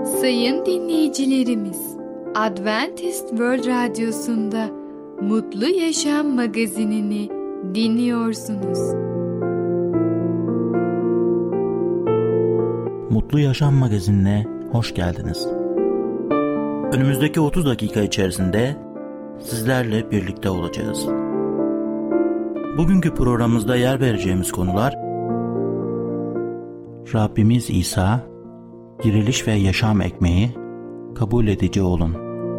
Sayın dinleyicilerimiz, Adventist World Radyosu'nda Mutlu Yaşam magazinini dinliyorsunuz. Mutlu Yaşam magazinine hoş geldiniz. Önümüzdeki 30 dakika içerisinde sizlerle birlikte olacağız. Bugünkü programımızda yer vereceğimiz konular: Rabbimiz İsa, diriliş ve yaşam ekmeği, kabul edici olun.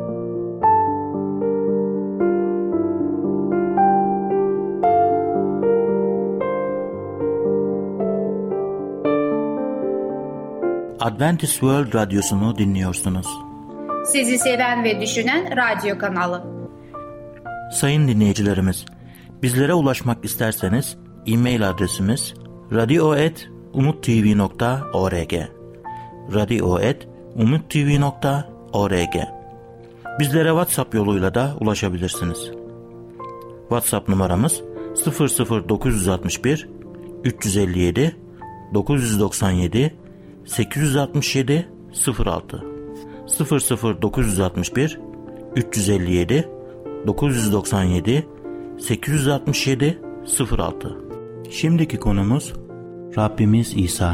Adventist World Radyosu'nu dinliyorsunuz. Sizi seven ve düşünen radyo kanalı. Sayın dinleyicilerimiz, bizlere ulaşmak isterseniz e-mail adresimiz radio@umuttv.org radio@umuttv.org. Bizlere WhatsApp yoluyla da ulaşabilirsiniz. WhatsApp numaramız 00961 357 997 867 06 00961 357 997 867 06. Şimdiki konumuz Rabbimiz İsa.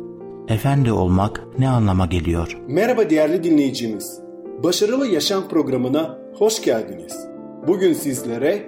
Efendi olmak ne anlama geliyor? Merhaba değerli dinleyicimiz. Başarılı Yaşam programına hoş geldiniz. Bugün sizlere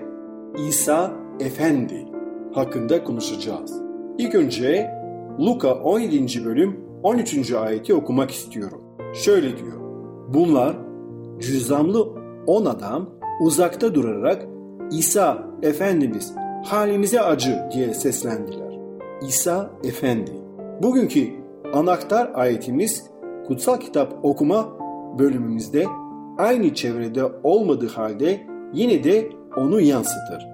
İsa Efendi hakkında konuşacağız. İlk önce Luka 17. bölüm 13. ayeti okumak istiyorum. Şöyle diyor: Bunlar cüzzamlı 10 adam uzakta durarak İsa Efendimiz halimize acı diye seslendiler. İsa Efendi. Bugünkü anahtar ayetimiz kutsal kitap okuma bölümümüzde aynı çevrede olmadığı halde yine de onu yansıtır.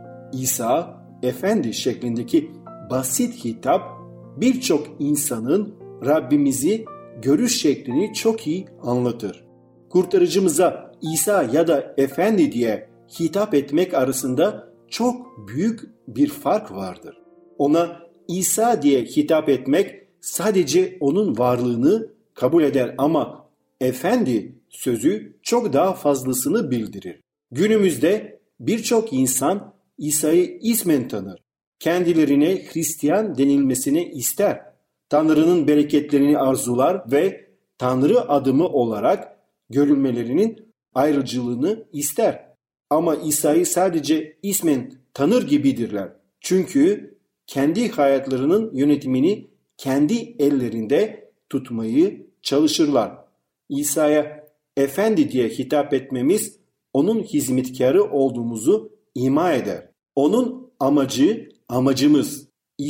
İsa Efendi şeklindeki basit hitap birçok insanın Rabbimizi görüş şeklini çok iyi anlatır. Kurtarıcımıza İsa ya da Efendi diye hitap etmek arasında çok büyük bir fark vardır. Ona İsa diye hitap etmek sadece onun varlığını kabul eder ama Efendi sözü çok daha fazlasını bildirir. Günümüzde birçok insan İsa'yı ismen tanır. Kendilerine Hristiyan denilmesini ister. Tanrı'nın bereketlerini arzular ve Tanrı adımı olarak görülmelerinin ayrıcılığını ister. Ama İsa'yı sadece ismen tanır gibidirler. Çünkü kendi hayatlarının yönetimini kendi ellerinde tutmayı çalışırlar. İsa'ya Efendi diye hitap etmemiz onun hizmetkarı olduğumuzu ima eder. Onun amacımız,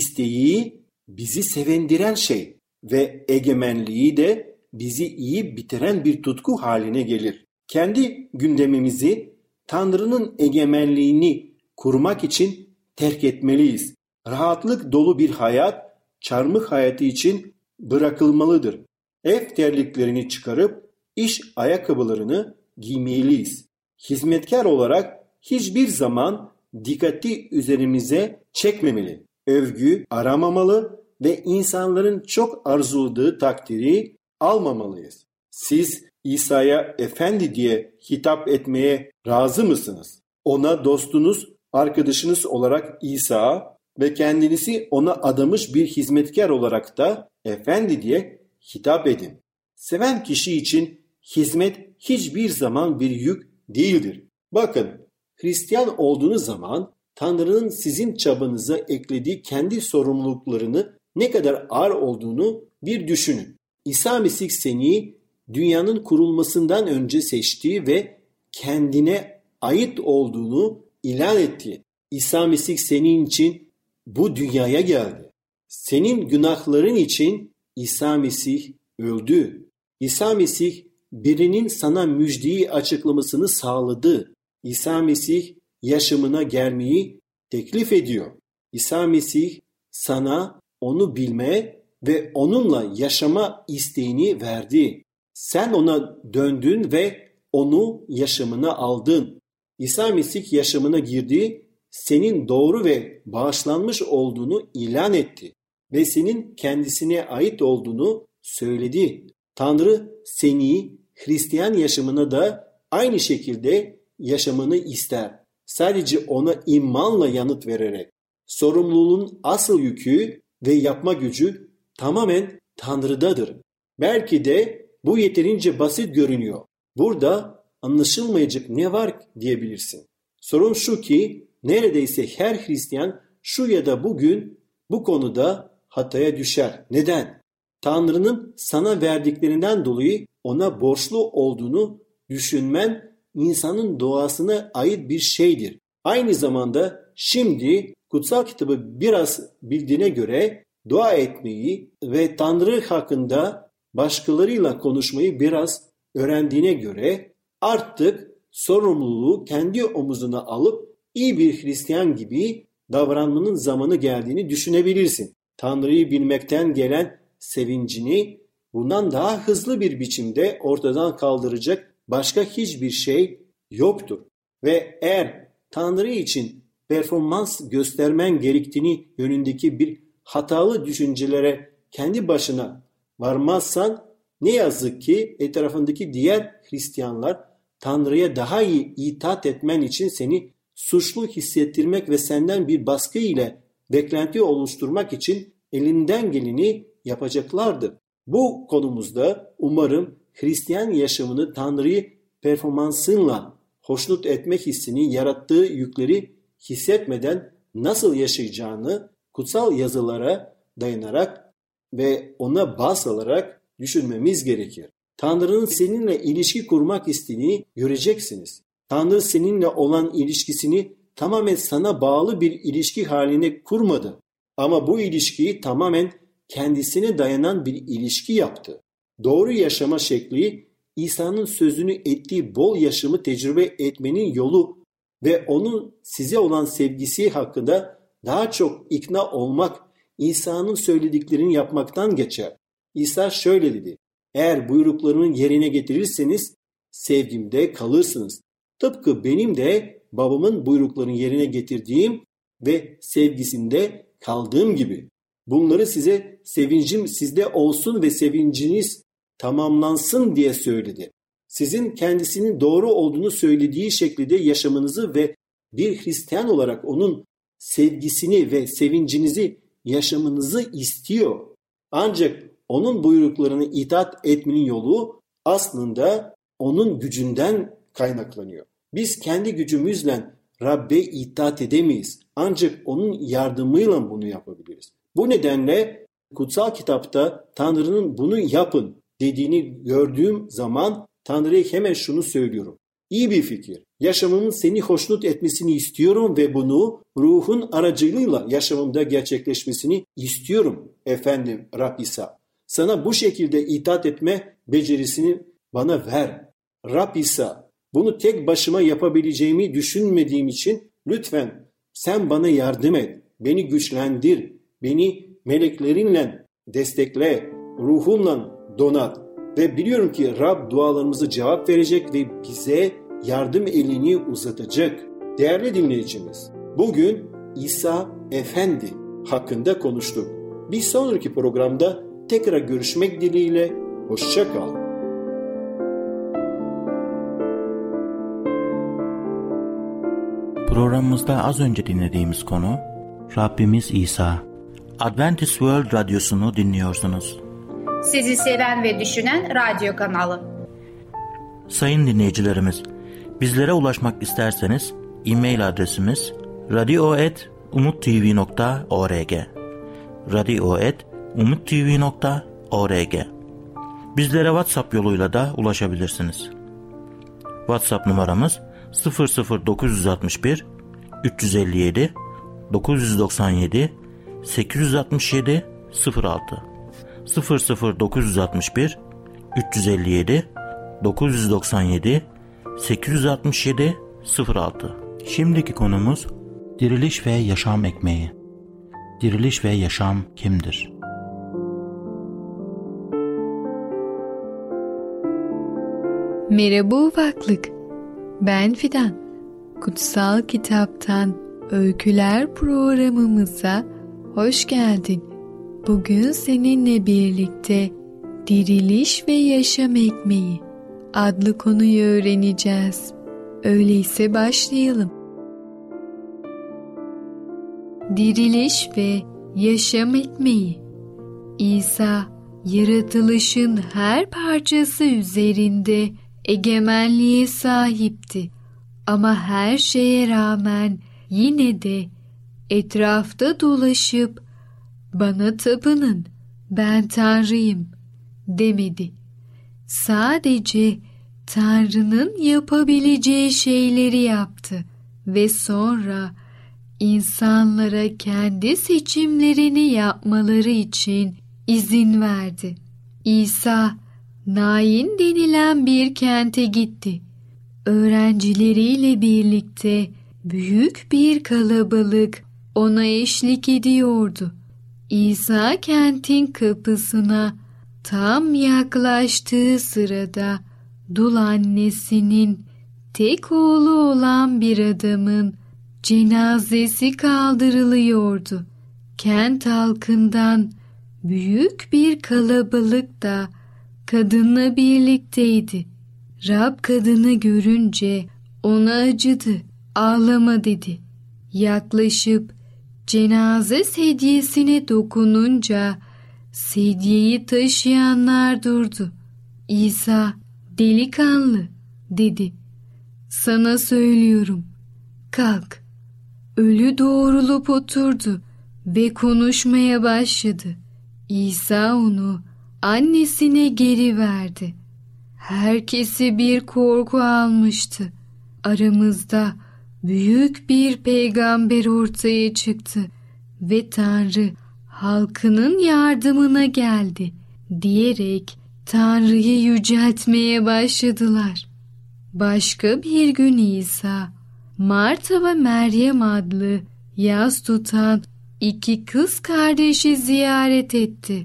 isteği bizi sevindiren şey ve egemenliği de bizi iyi bitiren bir tutku haline gelir. Kendi gündemimizi Tanrı'nın egemenliğini kurmak için terk etmeliyiz. Rahatlık dolu bir hayat, çarmıh hayatı için bırakılmalıdır. Ev terliklerini çıkarıp iş ayakkabılarını giymeliyiz. Hizmetkar olarak hiçbir zaman dikkati üzerimize çekmemeli. Övgü aramamalı ve insanların çok arzuladığı takdiri almamalıyız. Siz İsa'ya Efendi diye hitap etmeye razı mısınız? Ona dostunuz, arkadaşınız olarak İsa ve kendinizi ona adamış bir hizmetkar olarak da Efendi diye hitap edin. Seven kişi için hizmet hiçbir zaman bir yük değildir. Bakın, Hristiyan olduğunuz zaman Tanrı'nın sizin çabanıza eklediği kendi sorumluluklarını ne kadar ağır olduğunu bir düşünün. İsa Mesih seni dünyanın kurulmasından önce seçti ve kendine ait olduğunu ilan etti. İsa Mesih senin için bu dünyaya geldi. Senin günahların için İsa Mesih öldü. İsa Mesih birinin sana müjdeyi açıklamasını sağladı. İsa Mesih yaşamına gelmeyi teklif ediyor. İsa Mesih sana onu bilme ve onunla yaşama isteğini verdi. Sen ona döndün ve onu yaşamına aldın. İsa Mesih yaşamına girdi, senin doğru ve bağışlanmış olduğunu ilan etti ve senin kendisine ait olduğunu söyledi. Tanrı seni Hristiyan yaşamına da aynı şekilde yaşamanı ister. Sadece ona imanla yanıt vererek. Sorumluluğun asıl yükü ve yapma gücü tamamen Tanrı'dadır. Belki de bu yeterince basit görünüyor. Burada anlaşılmayacak ne var diyebilirsin. Sorun şu ki neredeyse her Hristiyan şu ya da bugün bu konuda hataya düşer. Neden? Tanrı'nın sana verdiklerinden dolayı ona borçlu olduğunu düşünmen insanın doğasına ait bir şeydir. Aynı zamanda şimdi kutsal kitabı biraz bildiğine göre dua etmeyi ve Tanrı hakkında başkalarıyla konuşmayı biraz öğrendiğine göre artık sorumluluğu kendi omuzuna alıp iyi bir Hristiyan gibi davranmanın zamanı geldiğini düşünebilirsin. Tanrı'yı bilmekten gelen sevincini bundan daha hızlı bir biçimde ortadan kaldıracak başka hiçbir şey yoktur. Ve eğer Tanrı için performans göstermen gerektiğini yönündeki bir hatalı düşüncelere kendi başına varmazsan ne yazık ki etrafındaki diğer Hristiyanlar Tanrı'ya daha iyi itaat etmen için seni suçlu hissettirmek ve senden bir baskı ile beklenti oluşturmak için elinden geleni yapacaklardır. Bu konumuzda umarım Hristiyan yaşamını Tanrı'yı performansınla hoşnut etme hissini yarattığı yükleri hissetmeden nasıl yaşayacağını kutsal yazılara dayanarak ve ona baz alarak düşünmemiz gerekir. Tanrı'nın seninle ilişki kurmak istediğini göreceksiniz. Tanrı seninle olan ilişkisini tamamen sana bağlı bir ilişki haline kurmadı. Ama bu ilişkiyi tamamen kendisine dayanan bir ilişki yaptı. Doğru yaşama şekli İsa'nın sözünü ettiği bol yaşamı tecrübe etmenin yolu ve onun size olan sevgisi hakkında daha çok ikna olmak, İsa'nın söylediklerini yapmaktan geçer. İsa şöyle dedi: eğer buyruklarımı yerine getirirseniz sevgimde kalırsınız. Tıpkı benim de babamın buyruklarını yerine getirdiğim ve sevgisinde kaldığım gibi. Bunları size sevincim sizde olsun ve sevinciniz tamamlansın diye söyledi. Sizin kendisinin doğru olduğunu söylediği şekilde yaşamanızı ve bir Hristiyan olarak onun sevgisini ve sevincinizi yaşamanızı istiyor. Ancak onun buyruklarını itaat etmenin yolu aslında onun gücünden kaynaklanıyor. Biz kendi gücümüzle Rabbe itaat edemeyiz. Ancak onun yardımıyla bunu yapabiliriz. Bu nedenle kutsal kitapta Tanrı'nın bunu yapın dediğini gördüğüm zaman Tanrı'ya hemen şunu söylüyorum. İyi bir fikir. Yaşamımın seni hoşnut etmesini istiyorum ve bunu ruhun aracılığıyla yaşamımda gerçekleşmesini istiyorum efendim Rab İsa. Sana bu şekilde itaat etme becerisini bana ver. Rab İsa, bunu tek başıma yapabileceğimi düşünmediğim için lütfen sen bana yardım et. Beni güçlendir. Beni meleklerinle destekle. Ruhunla donat. Ve biliyorum ki Rab dualarımızı cevap verecek ve bize yardım elini uzatacak. Değerli dinleyicimiz, bugün İsa Efendi hakkında konuştuk. Bir sonraki programda tekrar görüşmek dileğiyle. Hoşça kal. Programımızda az önce dinlediğimiz konu Rabbimiz İsa. Adventist World Radyosu'nu dinliyorsunuz. Sizi seven ve düşünen radyo kanalı. Sayın dinleyicilerimiz, bizlere ulaşmak isterseniz e-mail adresimiz radio@umuttv.org radio@umuttv.org. Bizlere WhatsApp yoluyla da ulaşabilirsiniz. WhatsApp numaramız 00961 357 997 867 06 00961 357 997 867 06. Şimdiki konumuz diriliş ve yaşam ekmeği. Diriliş ve yaşam kimdir? Merhaba ufaklık. Ben Fidan. Kutsal Kitaptan Öyküler programımıza hoş geldin. Bugün seninle birlikte Diriliş ve Yaşam Ekmeği adlı konuyu öğreneceğiz. Öyleyse başlayalım. Diriliş ve Yaşam Ekmeği. İsa, yaratılışın her parçası üzerinde egemenliğe sahipti. Ama her şeye rağmen yine de etrafta dolaşıp "Bana tapının, ben Tanrıyım" demedi. Sadece Tanrı'nın yapabileceği şeyleri yaptı ve sonra insanlara kendi seçimlerini yapmaları için izin verdi. İsa, Nain denilen bir kente gitti. Öğrencileriyle birlikte büyük bir kalabalık ona eşlik ediyordu. İsa kentin kapısına tam yaklaştığı sırada dul annesinin tek oğlu olan bir adamın cenazesi kaldırılıyordu. Kent halkından büyük bir kalabalık da kadınla birlikteydi. Rab kadını görünce ona acıdı, "Ağlama" dedi. Yaklaşıp cenaze sedyesine dokununca sedyeyi taşıyanlar durdu. İsa, "Delikanlı" dedi. "Sana söylüyorum, kalk." Ölü doğrulup oturdu ve konuşmaya başladı. İsa onu annesine geri verdi. Herkesi bir korku almıştı. Aramızda büyük bir peygamber ortaya çıktı ve Tanrı halkının yardımına geldi diyerek Tanrı'yı yüceltmeye başladılar. Başka bir gün İsa, Marta ve Meryem adlı yas tutan 2 kız kardeşi ziyaret etti.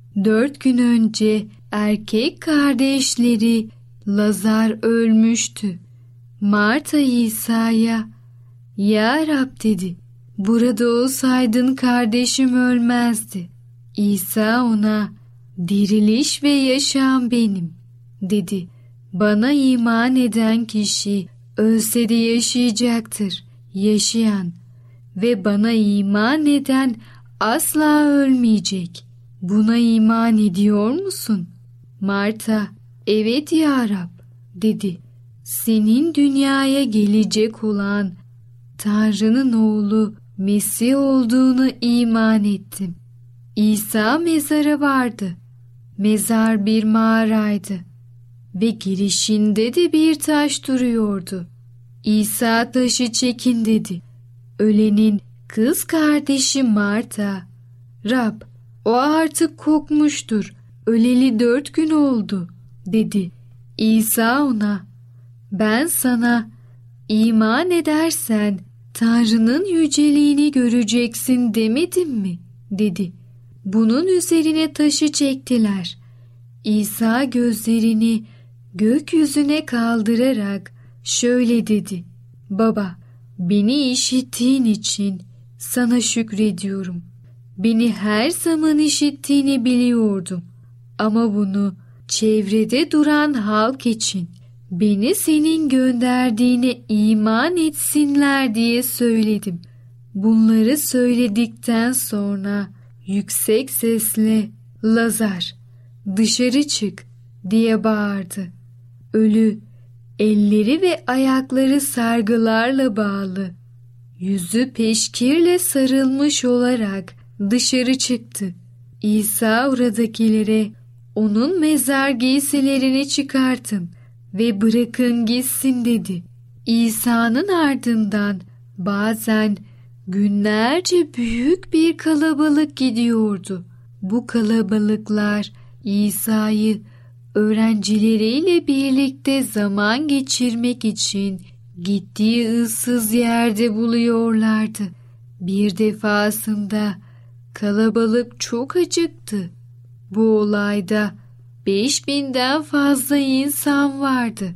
4 gün önce erkek kardeşleri Lazar ölmüştü. Marta İsa'ya, "Ya Rab" dedi, "burada olsaydın kardeşim ölmezdi." İsa ona, "Diriliş ve yaşam benim" dedi. "Bana iman eden kişi ölse de yaşayacaktır. Yaşayan ve bana iman eden asla ölmeyecek. Buna iman ediyor musun?" Marta, "Evet ya Rab" dedi. "Senin dünyaya gelecek olan Tanrı'nın oğlu Mesih olduğunu iman ettim." İsa mezara vardı. Mezar bir mağaraydı ve girişinde de bir taş duruyordu. İsa, "Taşı çekin" dedi. Ölenin kız kardeşi Marta, "Rab, o artık kokmuştur. Öleli 4 gün oldu" dedi. İsa ona, "Ben sana, iman edersen Tanrı'nın yüceliğini göreceksin demedim mi?" dedi. Bunun üzerine taşı çektiler. İsa gözlerini gökyüzüne kaldırarak şöyle dedi: "Baba, beni işittiğin için sana şükrediyorum. Beni her zaman işittiğini biliyordum. Ama bunu çevrede duran halk için, beni senin gönderdiğine iman etsinler diye söyledim." Bunları söyledikten sonra yüksek sesle, "Lazar, dışarı çık" diye bağırdı. Ölü, elleri ve ayakları sargılarla bağlı, yüzü peşkirle sarılmış olarak dışarı çıktı. İsa oradakilere, "Onun mezar giysilerini çıkartın ve bırakın gitsin" dedi. İsa'nın ardından bazen günlerce büyük bir kalabalık gidiyordu. Bu kalabalıklar İsa'yı öğrencileriyle birlikte zaman geçirmek için gittiği ıssız yerde buluyorlardı. Bir defasında kalabalık çok acıktı. Bu olayda 5000'den fazla insan vardı.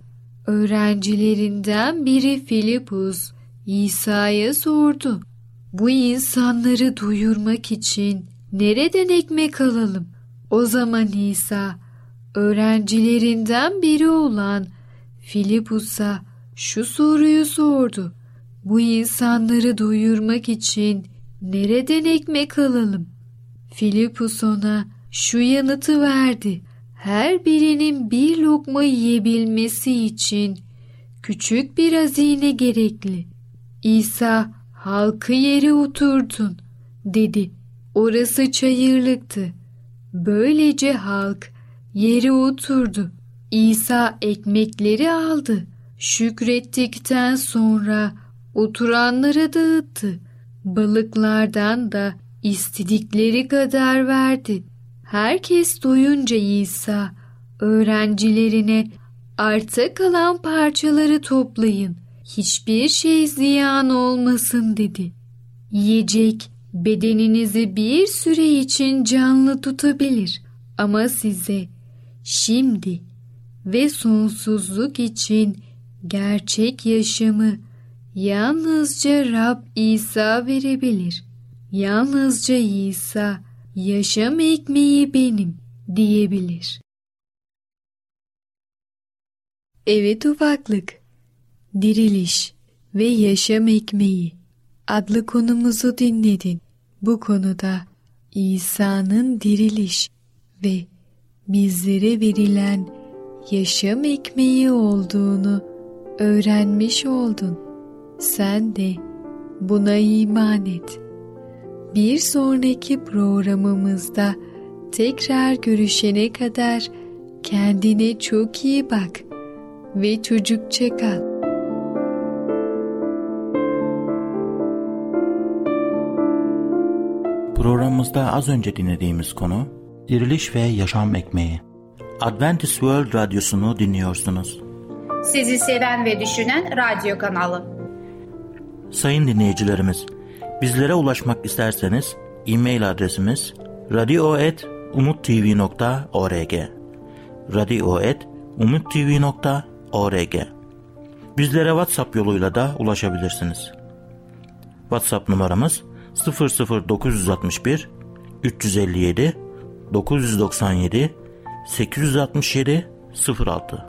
Öğrencilerinden biri Filipus İsa'ya sordu: "Bu insanları doyurmak için nereden ekmek alalım?" O zaman İsa, öğrencilerinden biri olan Filipus'a şu soruyu sordu. Bu insanları doyurmak için nereden ekmek alalım? Filipus ona şu yanıtı verdi. Her birinin bir lokma yiyebilmesi için küçük bir hazine gerekli. İsa, halkı yere oturdun dedi. Orası çayırlıktı. Böylece halk yere oturdu. İsa ekmekleri aldı. Şükrettikten sonra oturanlara dağıttı. Balıklardan da istedikleri kadar verdi. Herkes doyunca İsa öğrencilerine arta kalan parçaları toplayın. Hiçbir şey ziyan olmasın dedi. Yiyecek bedeninizi bir süre için canlı tutabilir ama size şimdi ve sonsuzluk için gerçek yaşamı yalnızca Rab İsa verebilir. Yalnızca İsa yaşam ekmeği benim diyebilir. Evet ufaklık, diriliş ve yaşam ekmeği adlı konumuzu dinledin. Bu konuda İsa'nın diriliş ve bizlere verilen yaşam ekmeği olduğunu öğrenmiş oldun. Sen de buna iman et. Bir sonraki programımızda tekrar görüşene kadar kendine çok iyi bak ve çocukça kal. Programımızda az önce dinlediğimiz konu diriliş ve yaşam ekmeği. Adventist World Radyosu'nu dinliyorsunuz. Sizi seven ve düşünen radyo kanalı. Sayın dinleyicilerimiz, bizlere ulaşmak isterseniz e-mail adresimiz radio@umuttv.org radio@umuttv.org. Bizlere WhatsApp yoluyla da ulaşabilirsiniz. WhatsApp numaramız 00961 357 997 867 06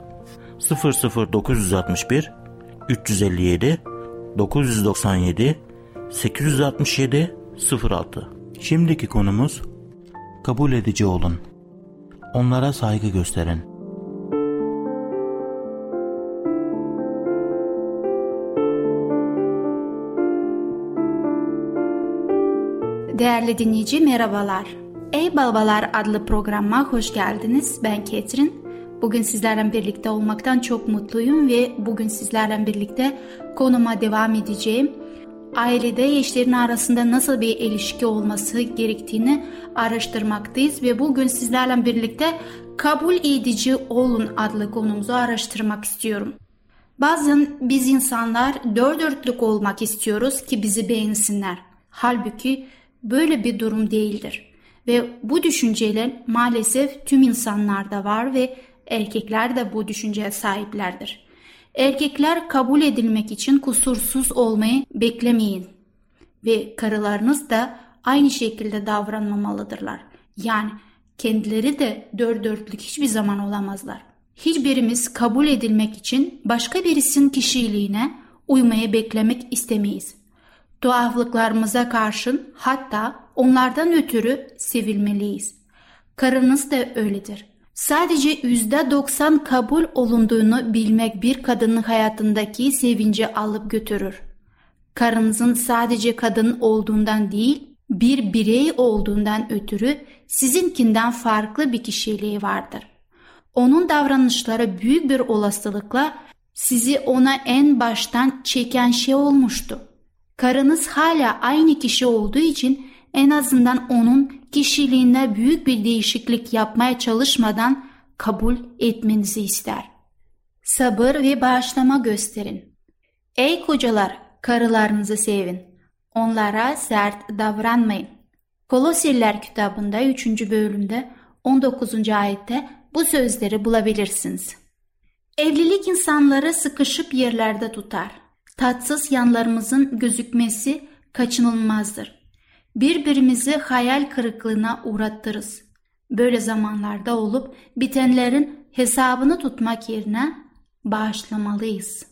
00961 357 997 867 06. Şimdiki konumuz kabul edici olun. Onlara saygı gösterin. Değerli dinleyici merhabalar. Ey Babalar adlı programa hoş geldiniz. Ben Ketrin. Bugün sizlerle birlikte olmaktan çok mutluyum ve bugün sizlerle birlikte konuma devam edeceğim. Ailede eşlerin arasında nasıl bir ilişki olması gerektiğini araştırmaktayız ve bugün sizlerle birlikte kabul edici olun adlı konumuzu araştırmak istiyorum. Bazen biz insanlar dört dörtlük olmak istiyoruz ki bizi beğensinler. Halbuki böyle bir durum değildir. Ve bu düşünceler maalesef tüm insanlarda var ve erkekler de bu düşünceye sahiplerdir. Erkekler kabul edilmek için kusursuz olmayı beklemeyin. Ve karılarınız da aynı şekilde davranmamalıdırlar. Yani kendileri de dört dörtlük hiçbir zaman olamazlar. Hiçbirimiz kabul edilmek için başka birisinin kişiliğine uymayı beklemek istemeyiz. Tuhaflıklarımıza karşın hatta onlardan ötürü sevilmeliyiz. Karınız da öyledir. Sadece %90 kabul olunduğunu bilmek bir kadının hayatındaki sevinci alıp götürür. Karınızın sadece kadın olduğundan değil, bir birey olduğundan ötürü sizinkinden farklı bir kişiliği vardır. Onun davranışları büyük bir olasılıkla sizi ona en baştan çeken şey olmuştu. Karınız hala aynı kişi olduğu için en azından onun kişiliğinde büyük bir değişiklik yapmaya çalışmadan kabul etmenizi ister. Sabır ve bağışlama gösterin. Ey kocalar, karılarınızı sevin. Onlara sert davranmayın. Koloseliler kitabında 3. bölümde 19. ayette bu sözleri bulabilirsiniz. Evlilik insanları sıkışıp yerlerde tutar. Tatsız yanlarımızın gözükmesi kaçınılmazdır. Birbirimizi hayal kırıklığına uğratırız. Böyle zamanlarda olup bitenlerin hesabını tutmak yerine bağışlamalıyız.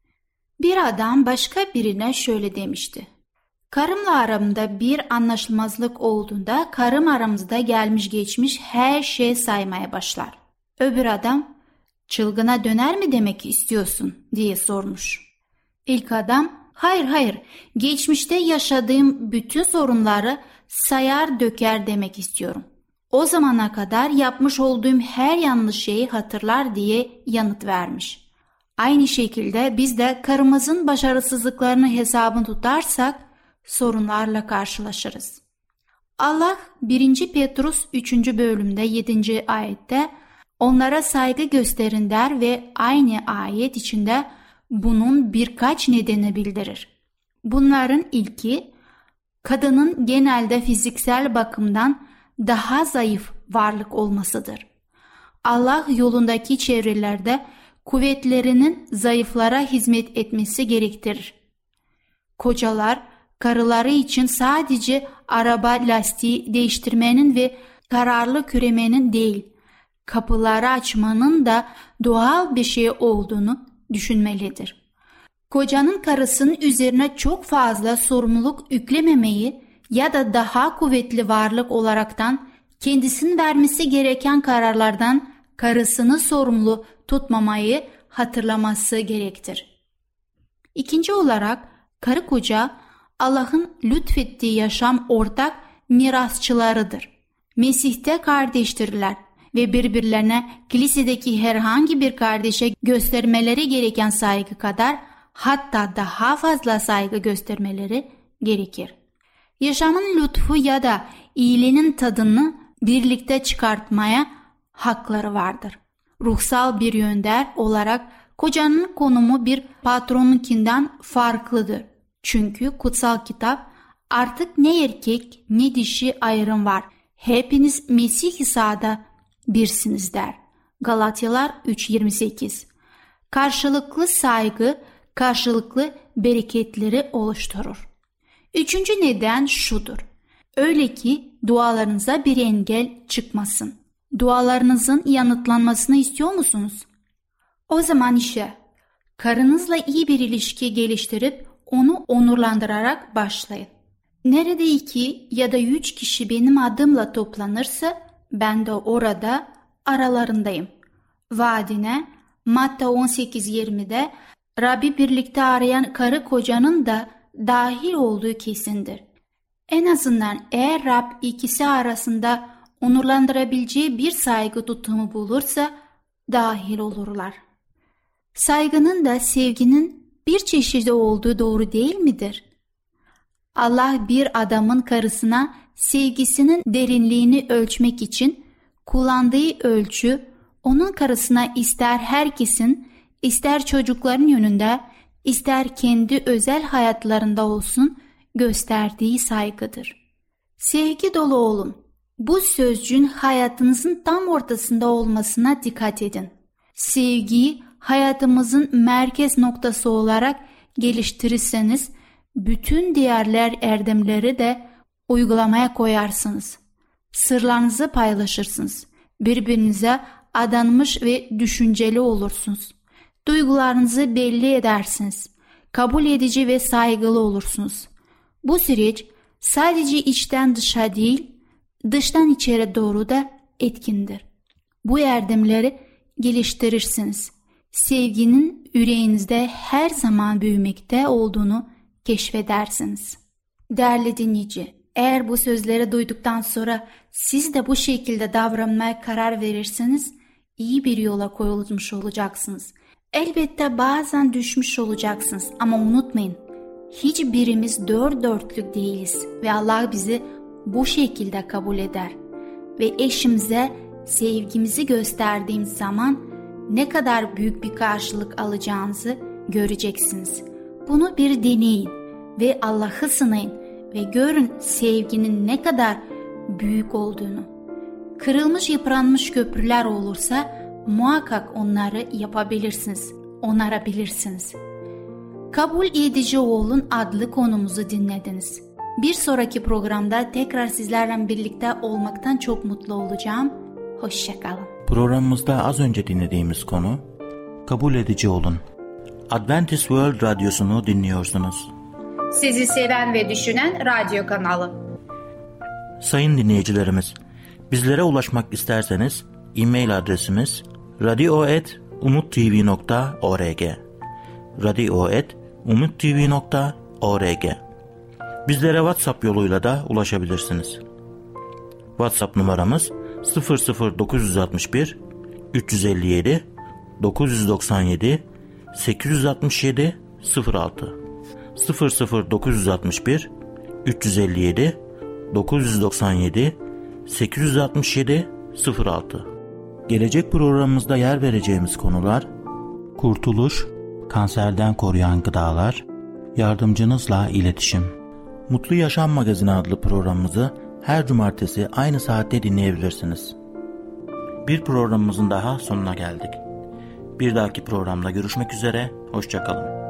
Bir adam başka birine şöyle demişti. Karımla aramda bir anlaşmazlık olduğunda karım aramızda gelmiş geçmiş her şey saymaya başlar. Öbür adam, çılgına döner mi demek istiyorsun diye sormuş. İlk adam, hayır, geçmişte yaşadığım bütün sorunları sayar döker demek istiyorum. O zamana kadar yapmış olduğum her yanlış şeyi hatırlar diye yanıt vermiş. Aynı şekilde biz de karımızın başarısızlıklarını hesabını tutarsak sorunlarla karşılaşırız. Allah 1. Petrus 3. bölümde 7. ayette onlara saygı gösterin der ve aynı ayet içinde bunun birkaç nedeni bildirir. Bunların ilki, kadının genelde fiziksel bakımdan daha zayıf varlık olmasıdır. Allah yolundaki çevrelerde kuvvetlerinin zayıflara hizmet etmesi gerektirir. Kocalar, karıları için sadece araba lastiği değiştirmenin ve kararlı küremenin değil, kapıları açmanın da doğal bir şey olduğunu düşünmelidir. Kocanın karısının üzerine çok fazla sorumluluk yüklememeyi ya da daha kuvvetli varlık olaraktan kendisinin vermesi gereken kararlardan karısını sorumlu tutmamayı hatırlaması gerektir. İkinci olarak karı koca Allah'ın lütfettiği yaşam ortak mirasçılarıdır. Mesih'te kardeştirler ve birbirlerine kilisedeki herhangi bir kardeşe göstermeleri gereken saygı kadar hatta daha fazla saygı göstermeleri gerekir. Yaşamın lütfu ya da iyiliğinin tadını birlikte çıkartmaya hakları vardır. Ruhsal bir yönder olarak kocanın konumu bir patronunkinden farklıdır. Çünkü kutsal kitap artık ne erkek ne dişi ayrım var. Hepiniz Mesih İsa'da birsiniz der. Galatyalar 3:28. Karşılıklı saygı karşılıklı bereketleri oluşturur. Üçüncü neden şudur. Öyle ki dualarınıza bir engel çıkmasın. Dualarınızın yanıtlanmasını istiyor musunuz? O zaman işe, karınızla iyi bir ilişki geliştirip onu onurlandırarak başlayın. Nerede 2 ya da 3 kişi benim adımla toplanırsa ben de orada aralarındayım. Vaadine Matta 18:20'de Rabbi birlikte arayan karı kocanın da dahil olduğu kesindir. En azından eğer Rab ikisi arasında onurlandırabileceği bir saygı tutumu bulursa dahil olurlar. Saygının da sevginin bir çeşidi olduğu doğru değil midir? Allah bir adamın karısına sevgisinin derinliğini ölçmek için kullandığı ölçü onun karısına ister herkesin, ister çocukların yönünde, ister kendi özel hayatlarında olsun gösterdiği saygıdır. Sevgi dolu olun. Bu sözcüğün hayatınızın tam ortasında olmasına dikkat edin. Sevgiyi hayatımızın merkez noktası olarak geliştirirseniz bütün diğer erdemleri de uygulamaya koyarsınız. Sırlarınızı paylaşırsınız. Birbirinize adanmış ve düşünceli olursunuz. Duygularınızı belli edersiniz. Kabul edici ve saygılı olursunuz. Bu süreç sadece içten dışa değil, dıştan içeri doğru da etkindir. Bu erdemleri geliştirirsiniz. Sevginin yüreğinizde her zaman büyümekte olduğunu keşfedersiniz. Değerli dinleyici, eğer bu sözleri duyduktan sonra siz de bu şekilde davranmaya karar verirseniz iyi bir yola koyulmuş olacaksınız. Elbette bazen düşmüş olacaksınız ama unutmayın, hiçbirimiz dört dörtlük değiliz ve Allah bizi bu şekilde kabul eder. Ve eşimize sevgimizi gösterdiğimiz zaman ne kadar büyük bir karşılık alacağınızı göreceksiniz. Bunu bir deneyin ve Allah'ı sınayın ve görün sevginin ne kadar büyük olduğunu. Kırılmış yıpranmış köprüler olursa muhakkak onları yapabilirsiniz, onarabilirsiniz. Kabul edici olun adlı konumuzu dinlediniz. Bir sonraki programda tekrar sizlerle birlikte olmaktan çok mutlu olacağım. Hoşça kalın. Programımızda az önce dinlediğimiz konu kabul edici olun. Adventist World Radyosu'nu dinliyorsunuz. Sizi seven ve düşünen radyo kanalı. Sayın dinleyicilerimiz, bizlere ulaşmak isterseniz e-mail adresimiz radio@umuttv.org radio@umuttv.org. Bizlere WhatsApp yoluyla da ulaşabilirsiniz. WhatsApp numaramız 00961 357 997 867 06 00961 357 997 867 06. Gelecek programımızda yer vereceğimiz konular: kurtuluş, kanserden koruyan gıdalar, yardımcınızla iletişim. Mutlu Yaşam Magazini adlı programımızı her cumartesi aynı saatte dinleyebilirsiniz. Bir programımızın daha sonuna geldik. Bir dahaki programda görüşmek üzere, hoşça kalın.